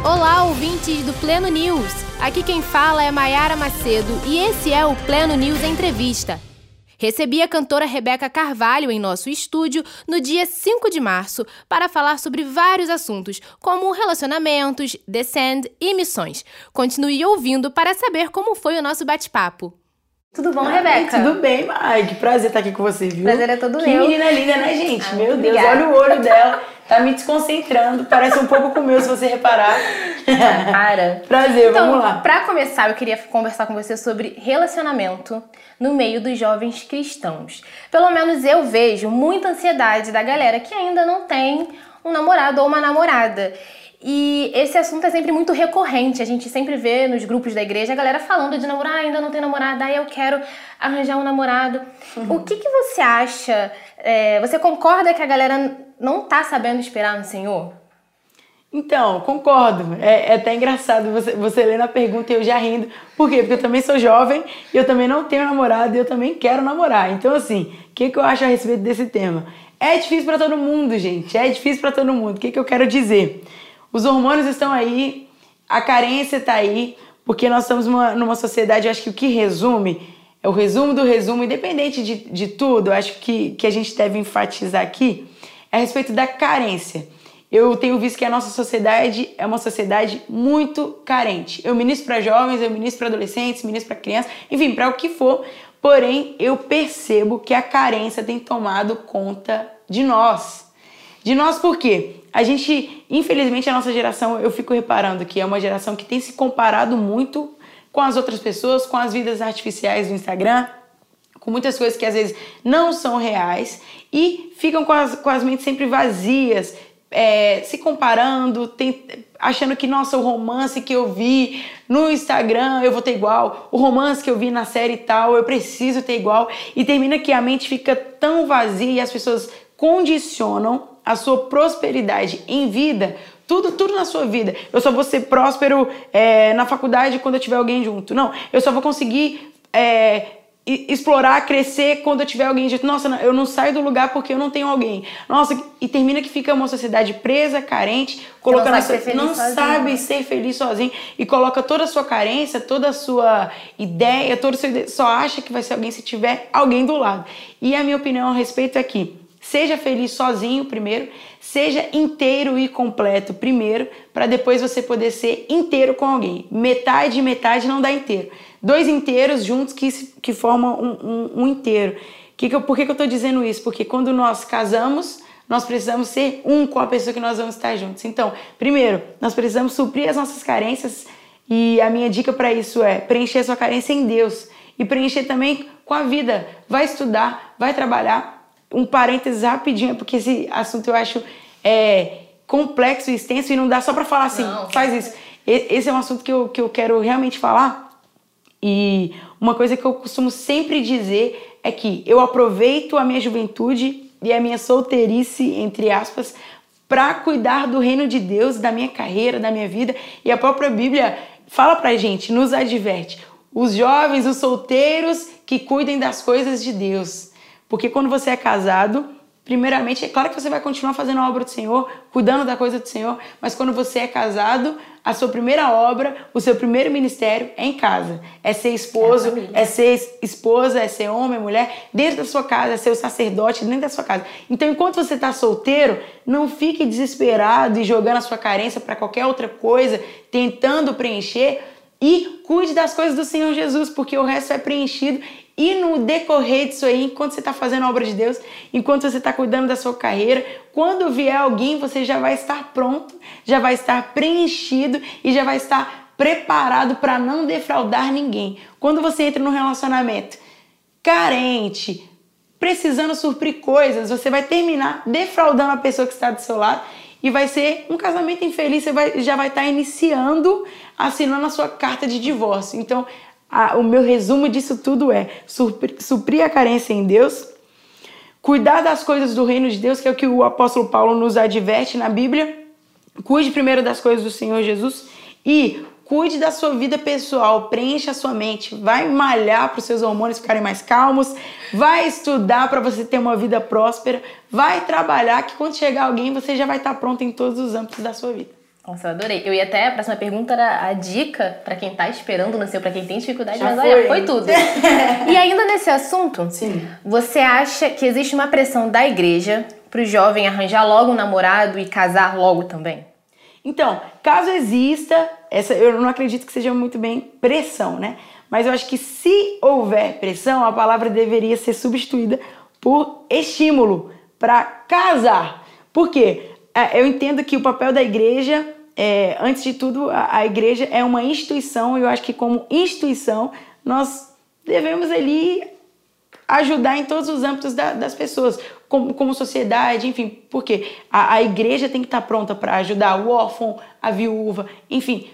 Olá, ouvintes do Pleno News! Aqui quem fala é Maiara Macedo e esse é o Pleno News Entrevista. Recebi a cantora Rebeca Carvalho em nosso estúdio no dia 5 de março para falar sobre vários assuntos, como relacionamentos, The Sand e missões. Continue ouvindo para saber como foi o nosso bate-papo. Tudo bom, Rebeca? Tudo bem, Mai. Que prazer estar aqui com você, viu? Prazer é todo meu. Que menina linda, né, gente? Meu Deus, obrigada. olha o olho dela. Tá me desconcentrando. Parece um pouco com o meu, se você reparar. Cara. Prazer, então, vamos lá. Pra começar, eu queria conversar com você sobre relacionamento no meio dos jovens cristãos. Pelo menos eu vejo muita ansiedade da galera que ainda não tem um namorado ou uma namorada. E esse assunto é sempre muito recorrente, a gente sempre vê nos grupos da igreja a galera falando de namorar, ainda não tem namorada, eu quero arranjar um namorado. O que você acha? Você concorda que a galera não tá sabendo esperar no Senhor? Então, concordo. É até engraçado você lendo a pergunta e eu já rindo. Por quê? Porque eu também sou jovem, eu também não tenho namorado e eu também quero namorar. Então, assim, o que eu acho a respeito desse tema? É difícil pra todo mundo, gente. É difícil pra todo mundo. O que eu quero dizer? Os hormônios estão aí, a carência está aí, porque nós estamos numa sociedade, eu acho que o que resume, é o resumo do resumo, independente de tudo, eu acho que a gente deve enfatizar aqui, é a respeito da carência. Eu tenho visto que a nossa sociedade é uma sociedade muito carente. Eu ministro para jovens, eu ministro para adolescentes, ministro para crianças, enfim, para o que for, porém eu percebo que a carência tem tomado conta de nós. De nós por quê? A gente, infelizmente, a nossa geração, eu fico reparando que é uma geração que tem se comparado muito com as outras pessoas, com as vidas artificiais do Instagram, com muitas coisas que às vezes não são reais e ficam com as mentes sempre vazias, se comparando, achando que, nossa, o romance que eu vi no Instagram eu vou ter igual, o romance que eu vi na série tal, eu preciso ter igual, e termina que a mente fica tão vazia e as pessoas condicionam a sua prosperidade em vida, tudo na sua vida. Eu só vou ser próspero na faculdade quando eu tiver alguém junto. Não, eu só vou conseguir explorar, crescer quando eu tiver alguém junto. Nossa, eu não saio do lugar porque eu não tenho alguém. Nossa, e termina que fica uma sociedade presa, carente, não sabe ser feliz sozinho e coloca toda a sua carência, toda a sua ideia, só acha que vai ser alguém se tiver alguém do lado. E a minha opinião a respeito é que seja feliz sozinho primeiro, seja inteiro e completo primeiro, para depois você poder ser inteiro com alguém. Metade e metade não dá inteiro. Dois inteiros juntos que formam um inteiro. Por que eu estou dizendo isso? Porque quando nós casamos, nós precisamos ser um com a pessoa que nós vamos estar juntos. Então, primeiro, nós precisamos suprir as nossas carências e a minha dica para isso é preencher a sua carência em Deus e preencher também com a vida. Vai estudar, vai trabalhar. Um parênteses rapidinho, porque esse assunto eu acho complexo e extenso e não dá só pra falar assim, não, faz isso. Esse é um assunto que eu quero realmente falar e uma coisa que eu costumo sempre dizer é que eu aproveito a minha juventude e a minha solteirice, entre aspas, pra cuidar do reino de Deus, da minha carreira, da minha vida, e a própria Bíblia fala pra gente, nos adverte, os jovens, os solteiros que cuidem das coisas de Deus. Porque quando você é casado, primeiramente, é claro que você vai continuar fazendo a obra do Senhor, cuidando da coisa do Senhor, mas quando você é casado, a sua primeira obra, o seu primeiro ministério é em casa. É ser esposo, é ser esposa, é ser homem, mulher, dentro da sua casa, é ser o sacerdote dentro da sua casa. Então, enquanto você está solteiro, não fique desesperado e jogando a sua carência para qualquer outra coisa, tentando preencher, e cuide das coisas do Senhor Jesus, porque o resto é preenchido. E no decorrer disso aí, enquanto você está fazendo a obra de Deus, enquanto você está cuidando da sua carreira, quando vier alguém, você já vai estar pronto, já vai estar preenchido e já vai estar preparado para não defraudar ninguém. Quando você entra num relacionamento carente, precisando suprir coisas, você vai terminar defraudando a pessoa que está do seu lado e vai ser um casamento infeliz, você já vai estar iniciando, assinando a sua carta de divórcio. Então, o meu resumo disso tudo é suprir a carência em Deus, cuidar das coisas do reino de Deus, que é o que o apóstolo Paulo nos adverte na Bíblia. Cuide primeiro das coisas do Senhor Jesus e cuide da sua vida pessoal, preencha a sua mente, vai malhar para os seus hormônios ficarem mais calmos, vai estudar para você ter uma vida próspera, vai trabalhar que quando chegar alguém você já vai estar pronto em todos os âmbitos da sua vida. Nossa, eu adorei. Eu ia até, a próxima pergunta era a dica pra quem tá esperando, não sei, pra quem tem dificuldade, Já mas foi, olha, foi tudo. E ainda nesse assunto, Sim. você acha que existe uma pressão da igreja pro jovem arranjar logo um namorado e casar logo também? Então, caso exista, eu não acredito que seja muito bem pressão, né? Mas eu acho que se houver pressão, a palavra deveria ser substituída por estímulo para casar. Por quê? Eu entendo que o papel da igreja, antes de tudo, a igreja é uma instituição, e eu acho que como instituição, nós devemos ali ajudar em todos os âmbitos das pessoas, como sociedade, enfim, porque a igreja tem que estar pronta para ajudar o órfão, a viúva, enfim,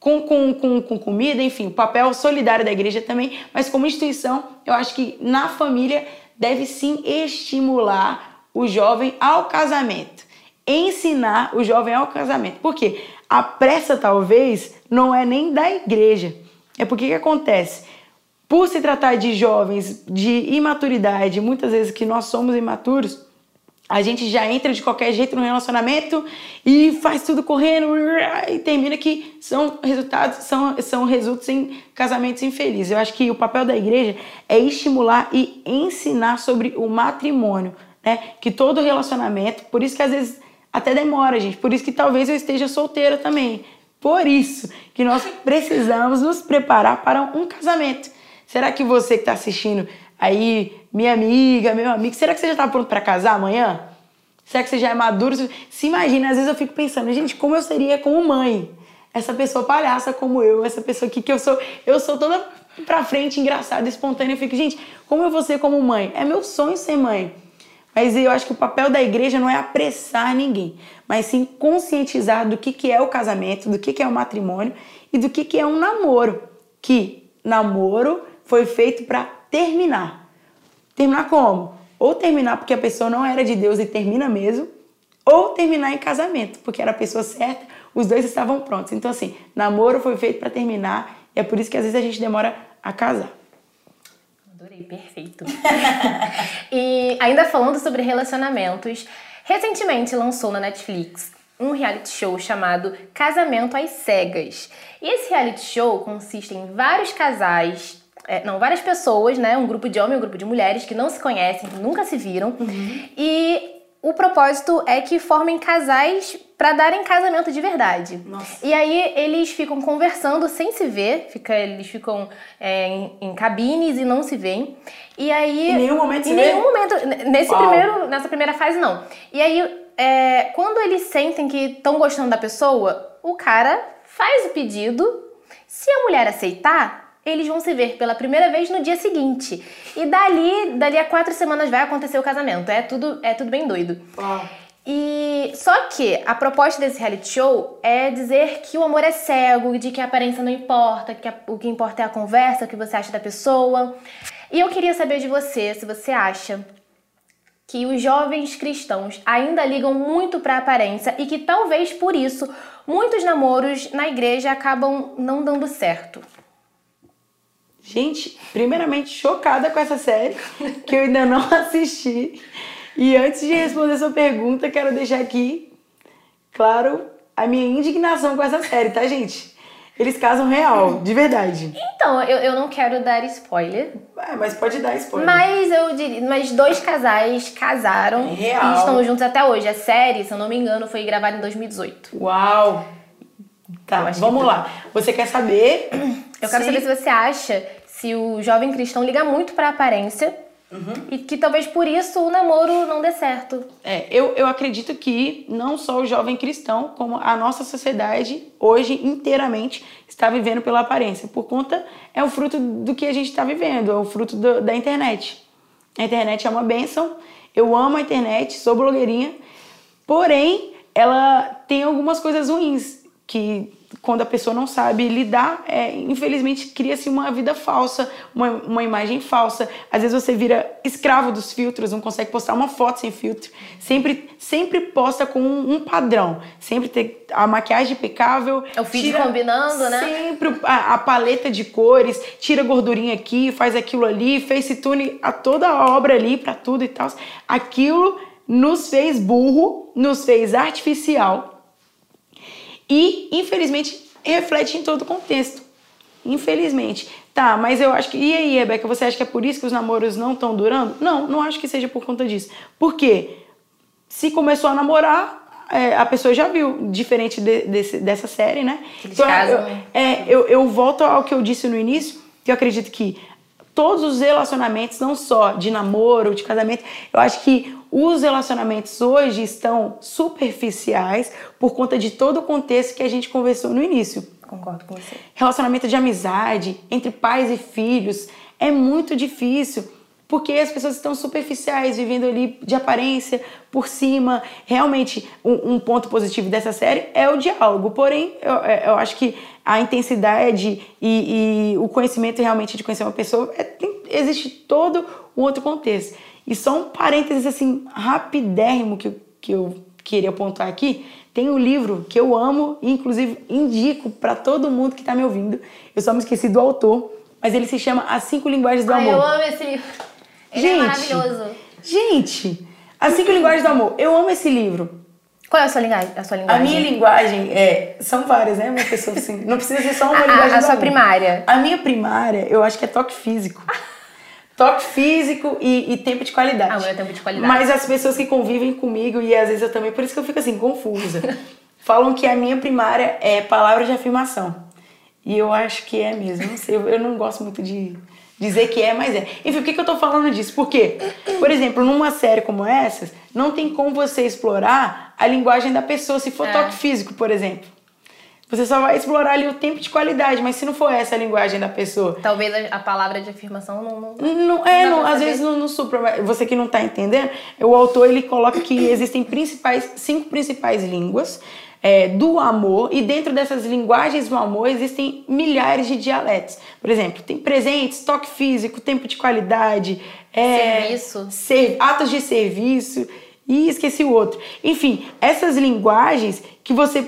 com comida, enfim, o papel solidário da igreja também, mas como instituição, eu acho que na família deve sim estimular o jovem ao casamento, ensinar o jovem ao casamento, porque a pressa talvez não é nem da igreja, é porque que acontece? Por se tratar de jovens de imaturidade, muitas vezes que nós somos imaturos, a gente já entra de qualquer jeito no relacionamento e faz tudo correndo e termina que são resultados em casamentos infelizes. Eu acho que o papel da igreja é estimular e ensinar sobre o matrimônio, né? Que todo relacionamento, por isso que às vezes até demora, gente, por isso que talvez eu esteja solteira também, por isso que nós precisamos nos preparar para um casamento. Será que você que está assistindo aí, minha amiga, meu amigo, será que você já está pronto para casar amanhã? Será que você já é maduro? Se imagina, às vezes eu fico pensando, gente, como eu seria como mãe? Essa pessoa palhaça como eu, essa pessoa aqui que eu sou toda pra frente, engraçada, espontânea. Eu fico, gente, como eu vou ser como mãe? É meu sonho ser mãe. Mas eu acho que o papel da igreja não é apressar ninguém, mas sim conscientizar do que é o casamento, do que é o matrimônio e do que é um namoro. Que namoro foi feito para terminar. Terminar como? Ou terminar porque a pessoa não era de Deus e termina mesmo, ou terminar em casamento, porque era a pessoa certa, os dois estavam prontos. Então, assim, namoro foi feito para terminar, e é por isso que às vezes a gente demora a casar. Adorei, perfeito. E ainda falando sobre relacionamentos, recentemente lançou na Netflix um reality show chamado Casamento às Cegas. E esse reality show consiste em vários casais, várias pessoas, né? Um grupo de homens e um grupo de mulheres que não se conhecem, nunca se viram. E o propósito é que formem casais para darem casamento de verdade. Nossa. E aí eles ficam conversando sem se ver, eles ficam em cabines e não se veem. E aí, em nenhum momento se vê? Em nenhum momento, nessa primeira fase não. E aí, quando eles sentem que estão gostando da pessoa, o cara faz o pedido. Se a mulher aceitar, eles vão se ver pela primeira vez no dia seguinte. E dali a 4 semanas vai acontecer o casamento. É tudo bem doido. Uau. E só que a proposta desse reality show é dizer que o amor é cego, de que a aparência não importa, que o que importa é a conversa, o que você acha da pessoa. E eu queria saber de você, se você acha que os jovens cristãos ainda ligam muito para a aparência e que talvez por isso muitos namoros na igreja acabam não dando certo. Gente, primeiramente chocada com essa série, que eu ainda não assisti. E antes de responder sua pergunta, quero deixar aqui, claro, a minha indignação com essa série, tá, gente? Eles casam real, de verdade. Então, eu não quero dar spoiler. Mas pode dar spoiler. Mas eu diria, 2 casais casaram real. E estão juntos até hoje. A série, se eu não me engano, foi gravada em 2018. Uau! Tá, vamos lá. Você quer saber? Eu quero saber se você acha se o jovem cristão liga muito pra aparência e que talvez por isso o namoro não dê certo. Eu acredito que não só o jovem cristão, como a nossa sociedade hoje inteiramente está vivendo pela aparência. Por conta, é o fruto do que a gente está vivendo, é o fruto da internet. A internet é uma bênção, eu amo a internet, sou blogueirinha, porém, ela tem algumas coisas ruins, que quando a pessoa não sabe lidar, infelizmente cria-se uma vida falsa, uma imagem falsa. Às vezes você vira escravo dos filtros, não consegue postar uma foto sem filtro. Sempre posta com um padrão. Sempre ter a maquiagem impecável. É o feed combinando, né? Sempre a paleta de cores, tira gordurinha aqui, faz aquilo ali, FaceTune a toda a obra ali pra tudo e tal. Aquilo nos fez burro, nos fez artificial. E, infelizmente, reflete em todo o contexto. Infelizmente. Tá, mas eu acho que... E aí, Rebeca, você acha que é por isso que os namoros não estão durando? Não, não acho que seja por conta disso. Por quê? Se começou a namorar, a pessoa já viu, diferente dessa série, né? Eles Então, casam. eu volto ao que eu disse no início, que eu acredito que todos os relacionamentos, não só de namoro, de casamento, eu acho que os relacionamentos hoje estão superficiais por conta de todo o contexto que a gente conversou no início. Concordo com você. Relacionamento de amizade, entre pais e filhos, é muito difícil, porque as pessoas estão superficiais, vivendo ali de aparência, por cima. Realmente, um ponto positivo dessa série é o diálogo, porém, eu acho que a intensidade e o conhecimento realmente de conhecer uma pessoa, existe todo um outro contexto. E só um parênteses, assim, rapidérrimo que eu queria pontuar aqui, tem um livro que eu amo e, inclusive, indico para todo mundo que está me ouvindo. Eu só me esqueci do autor, mas ele se chama As 5 Linguagens do Amor. Eu amo esse livro. Ele é maravilhoso. Gente, As 5 Linguagens do Amor. Eu amo esse livro. Qual é a sua linguagem? A minha linguagem são várias, né? Uma pessoa assim, não precisa ser só uma linguagem do amor. A sua primária? A minha primária, eu acho que é toque físico. Toque físico e tempo de qualidade. Ah, o meu é tempo de qualidade. Mas as pessoas que convivem comigo, e às vezes eu também, por isso que eu fico assim, confusa, falam que a minha primária é palavra de afirmação. E eu acho que é mesmo. Não sei, eu não gosto muito de dizer que é, mas é. Enfim, por que eu tô falando disso? Porque, por exemplo, numa série como essa, não tem como você explorar a linguagem da pessoa, se for toque físico, por exemplo. Você só vai explorar ali o tempo de qualidade, mas se não for essa a linguagem da pessoa... Talvez a palavra de afirmação às vezes não supra. Você que não tá entendendo, o autor ele coloca que existem 5 principais línguas do amor, e dentro dessas linguagens do amor existem milhares de dialetos. Por exemplo, tem presentes, toque físico, tempo de qualidade, serviço, atos de serviço, e esqueci o outro. Enfim, essas linguagens que você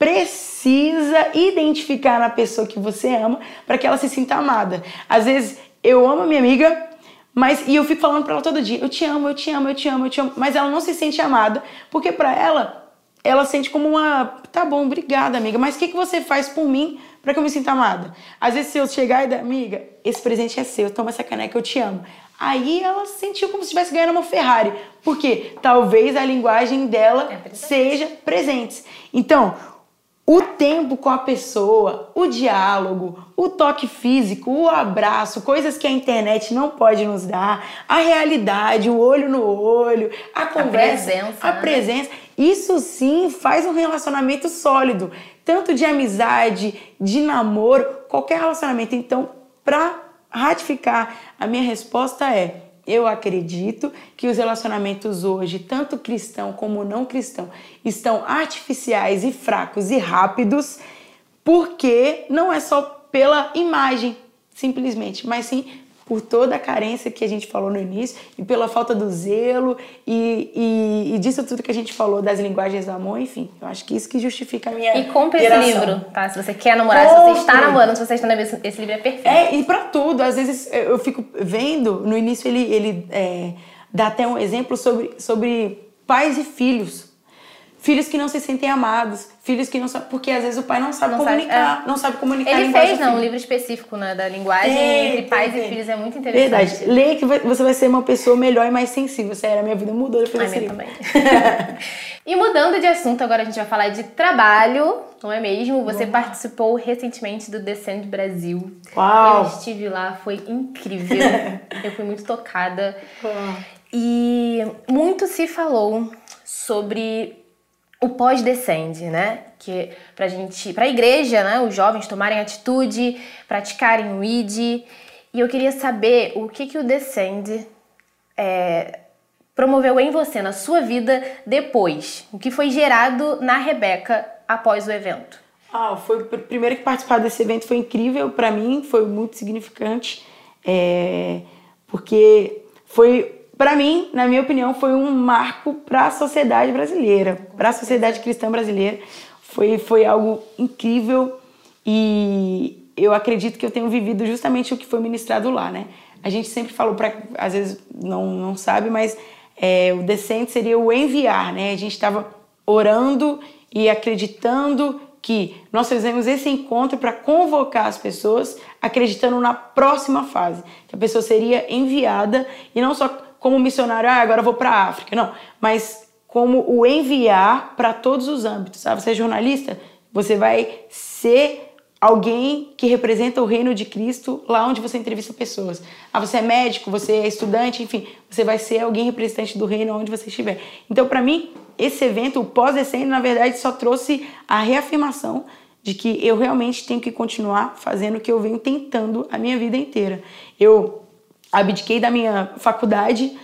precisa identificar na pessoa que você ama para que ela se sinta amada. Às vezes eu amo a minha amiga, e eu fico falando para ela todo dia, eu te amo, eu te amo, eu te amo, eu te amo, mas ela não se sente amada, porque para ela sente como tá bom, obrigada, amiga, mas o que você faz por mim para que eu me sinta amada? Às vezes se eu chegar e dar, amiga, esse presente é seu, toma essa caneca, eu te amo. Aí ela se sentiu como se estivesse ganhando uma Ferrari, porque talvez a linguagem dela seja presentes. Então, o tempo com a pessoa, o diálogo, o toque físico, o abraço, coisas que a internet não pode nos dar, a realidade, o olho no olho, a conversa, a presença, isso sim faz um relacionamento sólido, tanto de amizade, de namoro, qualquer relacionamento. Então, para ratificar, a minha resposta é: eu acredito que os relacionamentos hoje, tanto cristão como não cristão, estão artificiais e fracos e rápidos, porque não é só pela imagem, simplesmente, mas sim por toda a carência que a gente falou no início e pela falta do zelo e disso tudo que a gente falou das linguagens do amor, enfim. Eu acho que isso que justifica a minha E compre esse livro, tá? Se você quer namorar, se você está namorando, se você está namorando, esse livro é perfeito. E pra tudo. Às vezes eu fico vendo, no início ele dá até um exemplo sobre pais e filhos. Filhos que não se sentem amados, filhos que não sabem... Porque às vezes o pai não sabe comunicar. Não sabe comunicar a linguagem. Ele fez, um livro específico, né, da linguagem entre pais e filhos. É muito interessante. Verdade. Leia que você vai ser uma pessoa melhor e mais sensível. Sério, a minha vida mudou depois desse livro. Também. E mudando de assunto, agora a gente vai falar de trabalho, não é mesmo? Você participou recentemente do Descend Brasil. Uau! Eu estive lá, foi incrível. Eu fui muito tocada. E muito se falou sobre o pós-Descend, né? Que pra igreja, né? Os jovens tomarem atitude, praticarem o ID. E eu queria saber o que o Descend promoveu em você, na sua vida, depois. O que foi gerado na Rebeca após o evento. Primeiro que participar desse evento foi incrível pra mim, foi muito significante. Porque foi... Para mim, na minha opinião, foi um marco para a sociedade brasileira, para a sociedade cristã brasileira. Foi algo incrível e eu acredito que eu tenho vivido justamente o que foi ministrado lá, né? A gente sempre falou, às vezes não sabe, mas o Descend seria o enviar, né? A gente estava orando e acreditando que nós fizemos esse encontro para convocar as pessoas, acreditando na próxima fase, que a pessoa seria enviada, e não só como missionário, agora eu vou para a África, não, mas como o enviar para todos os âmbitos. Você é jornalista, você vai ser alguém que representa o reino de Cristo lá onde você entrevista pessoas. Você é médico, você é estudante, enfim, você vai ser alguém representante do reino onde você estiver. Então, para mim, esse evento, o pós-decênio, na verdade, só trouxe a reafirmação de que eu realmente tenho que continuar fazendo o que eu venho tentando a minha vida inteira. Eu abdiquei da minha faculdade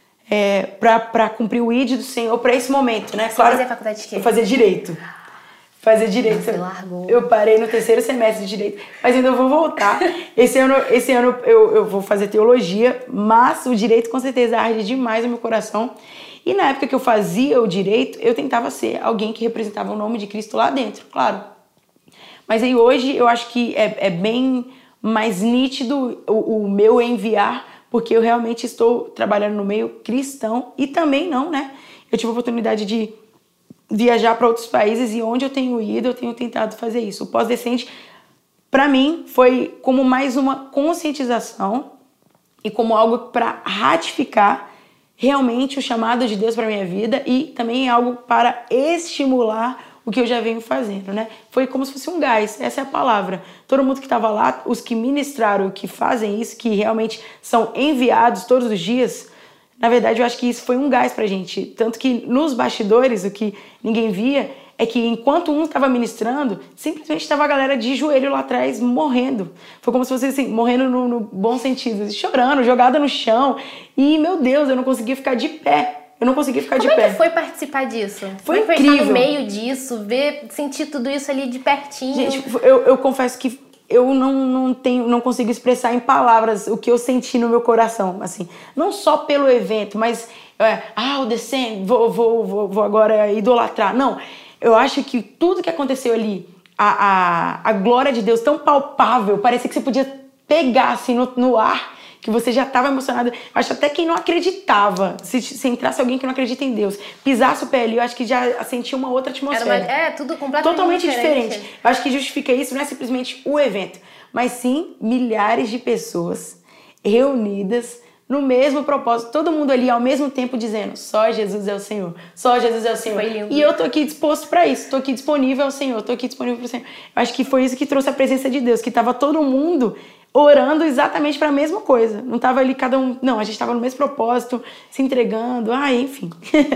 para cumprir o ID do Senhor para esse momento, né? Você fazia faculdade de quê? Eu fazia Direito. Fazer Direito. Você largou. Eu parei no 3º semestre de Direito, mas ainda vou voltar. Esse ano eu vou fazer Teologia, mas o Direito com certeza arde demais no meu coração. E na época que eu fazia o Direito, eu tentava ser alguém que representava o nome de Cristo lá dentro, claro. Mas aí hoje eu acho que é bem mais nítido o meu enviar, porque eu realmente estou trabalhando no meio cristão e também não, né? Eu tive a oportunidade de viajar para outros países e onde eu tenho ido, eu tenho tentado fazer isso. O pós-decente, para mim, foi como mais uma conscientização e como algo para ratificar realmente o chamado de Deus para minha vida e também algo para estimular o que eu já venho fazendo, né? Foi como se fosse um gás, essa é a palavra. Todo mundo que estava lá, os que ministraram, que fazem isso, que realmente são enviados todos os dias, na verdade eu acho que isso foi um gás pra gente. Tanto que nos bastidores, o que ninguém via, é que enquanto um estava ministrando, simplesmente estava a galera de joelho lá atrás morrendo. Foi como se fosse assim, morrendo no bom sentido, chorando, jogada no chão. E, meu Deus, eu não conseguia ficar de pé. Eu não conseguia ficar de pé. Como é que foi participar disso? Foi Como incrível. Estar no meio disso, sentir tudo isso ali de pertinho. Gente, eu confesso que eu não consigo expressar em palavras o que eu senti no meu coração, assim. Não só pelo evento, mas o descendo, vou agora idolatrar. Não, eu acho que tudo que aconteceu ali, a glória de Deus tão palpável, parecia que você podia pegar assim no ar, que você já estava emocionado. Eu acho até quem não acreditava, se entrasse alguém que não acredita em Deus, pisasse o pé ali, eu acho que já sentia uma outra atmosfera. Tudo completamente totalmente diferente. Eu acho que justifica isso não é simplesmente o evento, mas sim milhares de pessoas reunidas no mesmo propósito, todo mundo ali ao mesmo tempo dizendo: só Jesus é o Senhor, só Jesus é o Senhor. Foi lindo. E eu tô aqui disposto para isso, tô aqui disponível ao Senhor, tô aqui disponível pro Senhor. Eu acho que foi isso que trouxe a presença de Deus, que tava todo mundo orando exatamente para a mesma coisa. Não tava ali cada um, não, a gente tava no mesmo propósito, se entregando, enfim.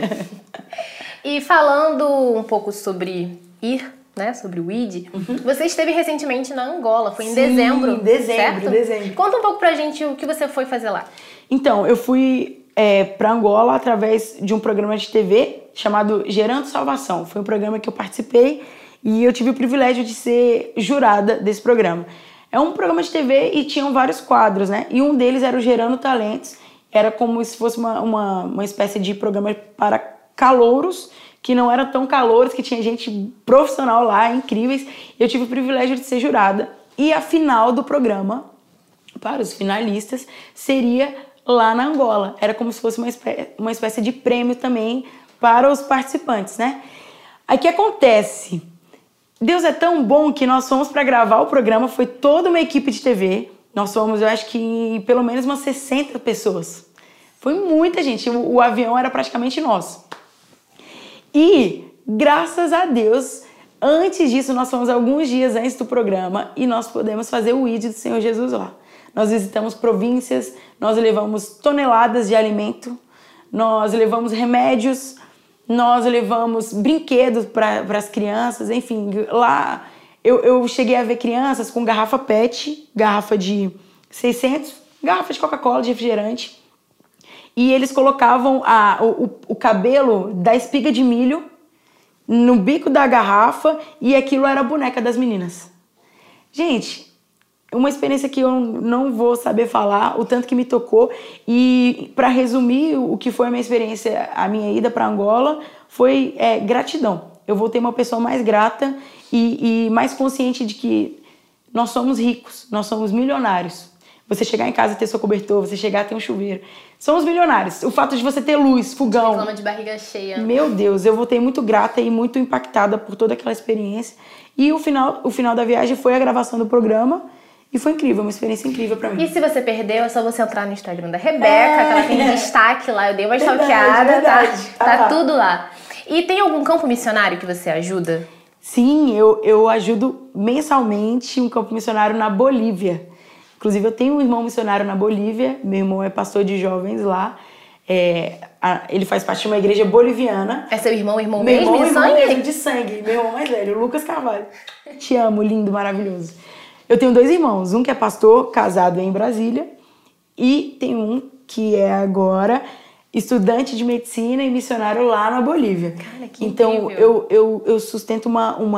E falando um pouco sobre né, sobre o ID, você esteve recentemente na Angola, foi em dezembro, certo? Dezembro. Conta um pouco pra gente o que você foi fazer lá. Então, eu fui para Angola através de um programa de TV chamado Gerando Salvação. Foi um programa que eu participei e eu tive o privilégio de ser jurada desse programa. É um programa de TV e tinham vários quadros, né? E um deles era o Gerando Talentos. Era como se fosse uma espécie de programa para calouros, que não eram tão calouros, que tinha gente profissional lá, incríveis. Eu tive o privilégio de ser jurada. E a final do programa, para os finalistas, seria lá na Angola. Era como se fosse uma espécie de prêmio também para os participantes, né? Aí o que acontece? Deus é tão bom que nós fomos para gravar o programa, foi toda uma equipe de TV. Nós fomos, eu acho que pelo menos umas 60 pessoas. Foi muita gente, o avião era praticamente nosso. E, graças a Deus, antes disso, nós fomos alguns dias antes do programa e nós pudemos fazer o ID do Senhor Jesus lá. Nós visitamos províncias, nós levamos toneladas de alimento, nós levamos remédios, nós levamos brinquedos para as crianças, enfim, lá eu cheguei a ver crianças com garrafa PET, garrafa de 600, garrafa de Coca-Cola, de refrigerante, e eles colocavam o cabelo da espiga de milho no bico da garrafa e aquilo era a boneca das meninas. Gente, uma experiência que eu não vou saber falar, o tanto que me tocou. E para resumir o que foi a minha experiência, a minha ida para Angola, foi gratidão. Eu voltei uma pessoa mais grata e mais consciente de que nós somos ricos, nós somos milionários, você chegar em casa e ter seu cobertor, você chegar a ter um chuveiro. São os milionários. O fato de você ter luz, fogão. Reclama de barriga cheia. Meu Deus, eu voltei muito grata e muito impactada por toda aquela experiência. E o final da viagem foi a gravação do programa. E foi incrível, uma experiência incrível pra mim. E se você perdeu, é só você entrar no Instagram da Rebeca, que ela tem destaque lá. Eu dei uma stalkeada, tá tudo lá. E tem algum campo missionário que você ajuda? Sim, eu ajudo mensalmente um campo missionário na Bolívia. Inclusive, eu tenho um irmão missionário na Bolívia. Meu irmão é pastor de jovens lá. Ele faz parte de uma igreja boliviana. É seu irmão Meu mesmo irmão, de sangue? Mesmo de sangue. Meu irmão mais velho, o Lucas Carvalho. Te amo, lindo, maravilhoso. Eu tenho 2 irmãos. Um que é pastor, casado em Brasília. E tem um que é agora estudante de medicina e missionário lá na Bolívia. Cara, que então, incrível. eu sustento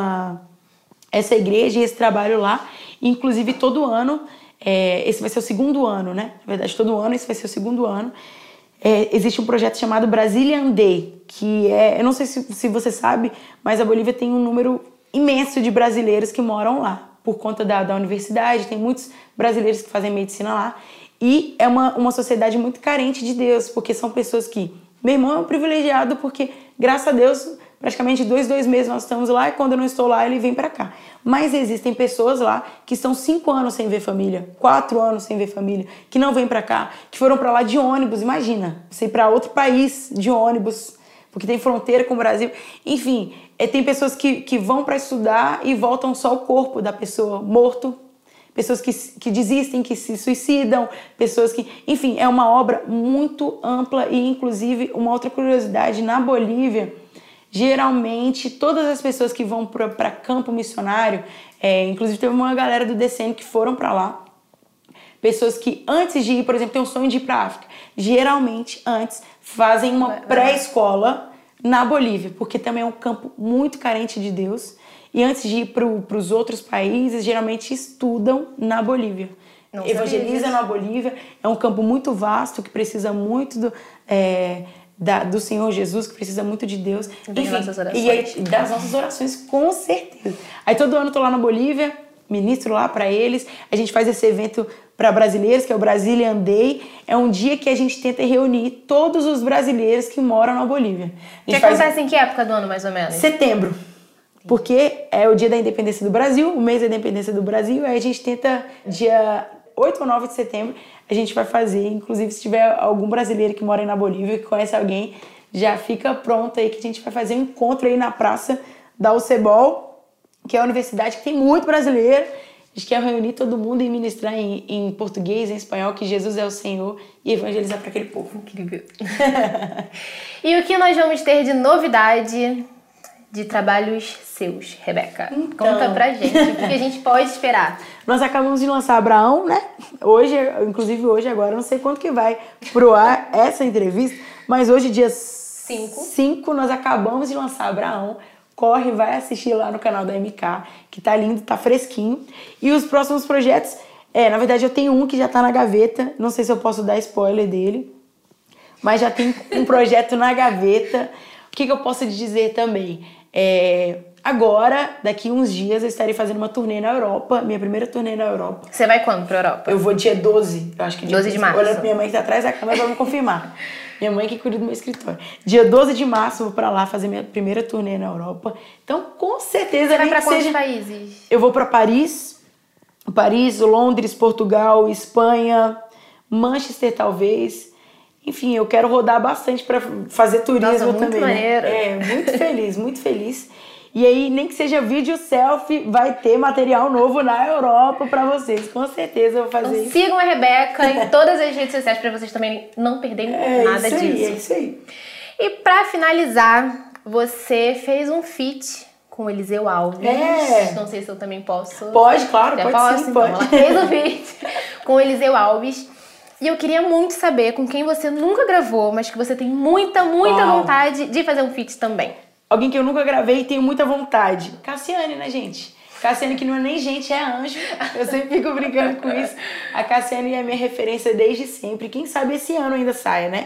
essa igreja e esse trabalho lá. Inclusive, todo ano... esse vai ser o 2º ano, né? Na verdade, todo ano esse vai ser o 2º ano. Existe um projeto chamado Brazilian Day, que eu não sei se você sabe, mas a Bolívia tem um número imenso de brasileiros que moram lá, por conta da universidade. Tem muitos brasileiros que fazem medicina lá. E é uma sociedade muito carente de Deus, porque são pessoas que... Meu irmão é um privilegiado porque, graças a Deus, praticamente 2 meses nós estamos lá e quando eu não estou lá, ele vem pra cá. Mas existem pessoas lá que estão 5 anos sem ver família, 4 anos sem ver família, que não vêm pra cá, que foram pra lá de ônibus, imagina. Você ir pra outro país de ônibus, porque tem fronteira com o Brasil. Enfim, tem pessoas que vão pra estudar e voltam só o corpo da pessoa morto. Pessoas que desistem, que se suicidam, pessoas que... Enfim, é uma obra muito ampla e, inclusive, uma outra curiosidade, na Bolívia... Geralmente, todas as pessoas que vão para campo missionário, inclusive teve uma galera do DCM que foram para lá, pessoas que antes de ir, por exemplo, tem um sonho de ir para a África, geralmente antes fazem uma pré-escola na Bolívia, porque também é um campo muito carente de Deus, e antes de ir para os outros países, geralmente estudam na Bolívia. Evangelizam na Bolívia, é um campo muito vasto, que precisa muito do Senhor Jesus, que precisa muito de Deus. Enfim, nossas orações. E aí, das nossas orações, com certeza. Aí todo ano eu tô lá na Bolívia, ministro lá para eles. A gente faz esse evento para brasileiros, que é o Brazilian Day. É um dia que a gente tenta reunir todos os brasileiros que moram na Bolívia. Que acontece em que época do ano, mais ou menos? Setembro. Porque é o dia da independência do Brasil, o mês da independência do Brasil. Aí a gente tenta, dia 8 ou 9 de setembro, a gente vai fazer. Inclusive, se tiver algum brasileiro que mora aí na Bolívia, que conhece alguém, já fica pronto aí que a gente vai fazer um encontro aí na praça da UCBOL, que é a universidade que tem muito brasileiro. A gente quer reunir todo mundo e ministrar em português, em espanhol, que Jesus é o Senhor, e evangelizar para aquele povo. Incrível. E o que nós vamos ter de novidade de trabalhos seus, Rebeca? Então, conta pra gente, o que a gente pode esperar? Nós acabamos de lançar Abraão, né? Hoje, inclusive hoje, agora, não sei quanto que vai pro ar essa entrevista, mas hoje, dia 5, nós acabamos de lançar Abraão. Corre, vai assistir lá no canal da MK, que tá lindo, tá fresquinho. E os próximos projetos, na verdade eu tenho um que já tá na gaveta, não sei se eu posso dar spoiler dele, mas já tem um projeto na gaveta. O que eu posso te dizer também? Agora, daqui uns dias, eu estarei fazendo uma turnê na Europa, minha primeira turnê na Europa. Você vai quando pra Europa? Eu vou dia 12, eu acho que dia 12 de março. Olhando pra minha mãe que tá atrás da câmera, vamos confirmar. Minha mãe que cuida do meu escritório. Dia 12 de março eu vou pra lá fazer minha primeira turnê na Europa. Então, com certeza... Você vai pra quantos países? Eu vou pra Paris, Londres, Portugal, Espanha, Manchester talvez. Enfim, eu quero rodar bastante pra fazer turismo. Nossa, muito também. Maneiro. Muito feliz, muito feliz. E aí, nem que seja vídeo selfie, vai ter material novo na Europa pra vocês. Com certeza eu vou fazer então, isso. Sigam a Rebeca em todas as redes sociais pra vocês também não perderem nada disso. É isso aí. E pra finalizar, você fez um feat com o Eliseu Alves. Não sei se eu também posso. Pode, claro, Já pode posso? sim, Então, pode. ela fez um feat com o Eliseu Alves. E eu queria muito saber com quem você nunca gravou, mas que você tem muita vontade de fazer um feat também. Alguém que eu nunca gravei e tenho muita vontade. Cassiane, né, gente? Cassiane que não é nem gente, é anjo. Eu sempre fico brincando com isso. A Cassiane é minha referência desde sempre. Quem sabe esse ano ainda saia, né?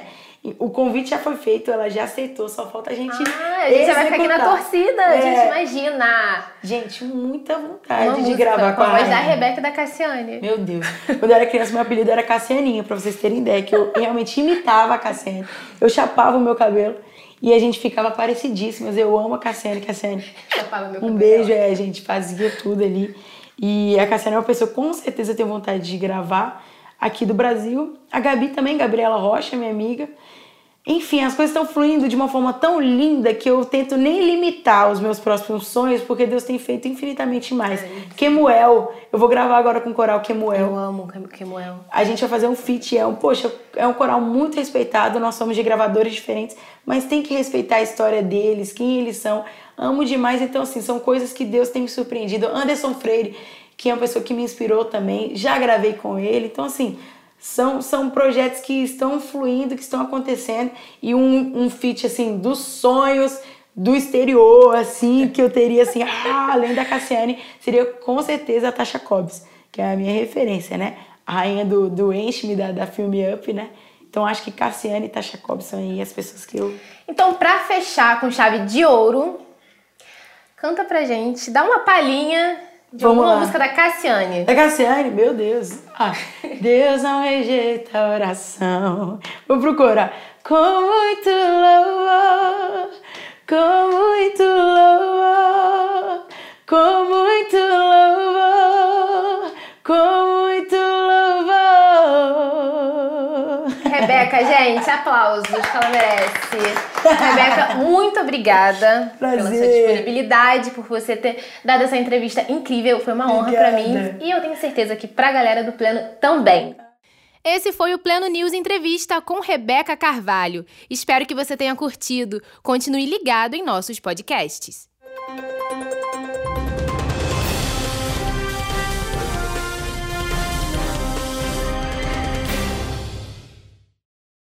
O convite já foi feito, ela já aceitou, só falta a gente a gente já vai ficar aqui na torcida, gente, imagina. Gente, muita vontade de gravar com a voz da Rebeca e da Cassiane. Meu Deus. Quando eu era criança, meu apelido era Cassianinha, pra vocês terem ideia, que eu realmente imitava a Cassiane. Eu chapava o meu cabelo e a gente ficava parecidíssimas. Eu amo a Cassiane. Chapava meu cabelo. Um beijo, a gente fazia tudo ali. E a Cassiane é uma pessoa que com certeza tem vontade de gravar aqui do Brasil. A Gabi também, Gabriela Rocha, minha amiga. Enfim, as coisas estão fluindo de uma forma tão linda que eu tento nem limitar os meus próximos sonhos, porque Deus tem feito infinitamente mais. Kemuel, eu vou gravar agora com o coral Kemuel. Eu amo Kemuel. A gente vai fazer um feat, é um coral muito respeitado, nós somos de gravadores diferentes, mas tem que respeitar a história deles, quem eles são. Amo demais, então assim, são coisas que Deus tem me surpreendido. Anderson Freire, que é uma pessoa que me inspirou também, já gravei com ele, então assim... São projetos que estão fluindo, que estão acontecendo, e um feat, assim, dos sonhos, do exterior, assim, que eu teria, assim, além da Cassiane, seria com certeza a Tasha Cobbs, que é a minha referência, né? A rainha do Enche-me, da Filme Up, né? Então, acho que Cassiane e Tasha Cobbs são aí as pessoas que eu... Então, pra fechar com chave de ouro, canta pra gente, dá uma palhinha... de alguma música da Cassiane. Da Cassiane? Meu Deus. Deus não rejeita a oração. Vou procurar. Com muito louvor, com muito louvor, com muito louvor, com muito louvor. Rebeca, gente, aplausos que ela merece. Rebeca, muito obrigada pela sua disponibilidade, por você ter dado essa entrevista incrível. Foi uma honra pra mim e eu tenho certeza que pra galera do Pleno também. Esse foi o Pleno News Entrevista com Rebeca Carvalho. Espero que você tenha curtido. Continue ligado em nossos podcasts.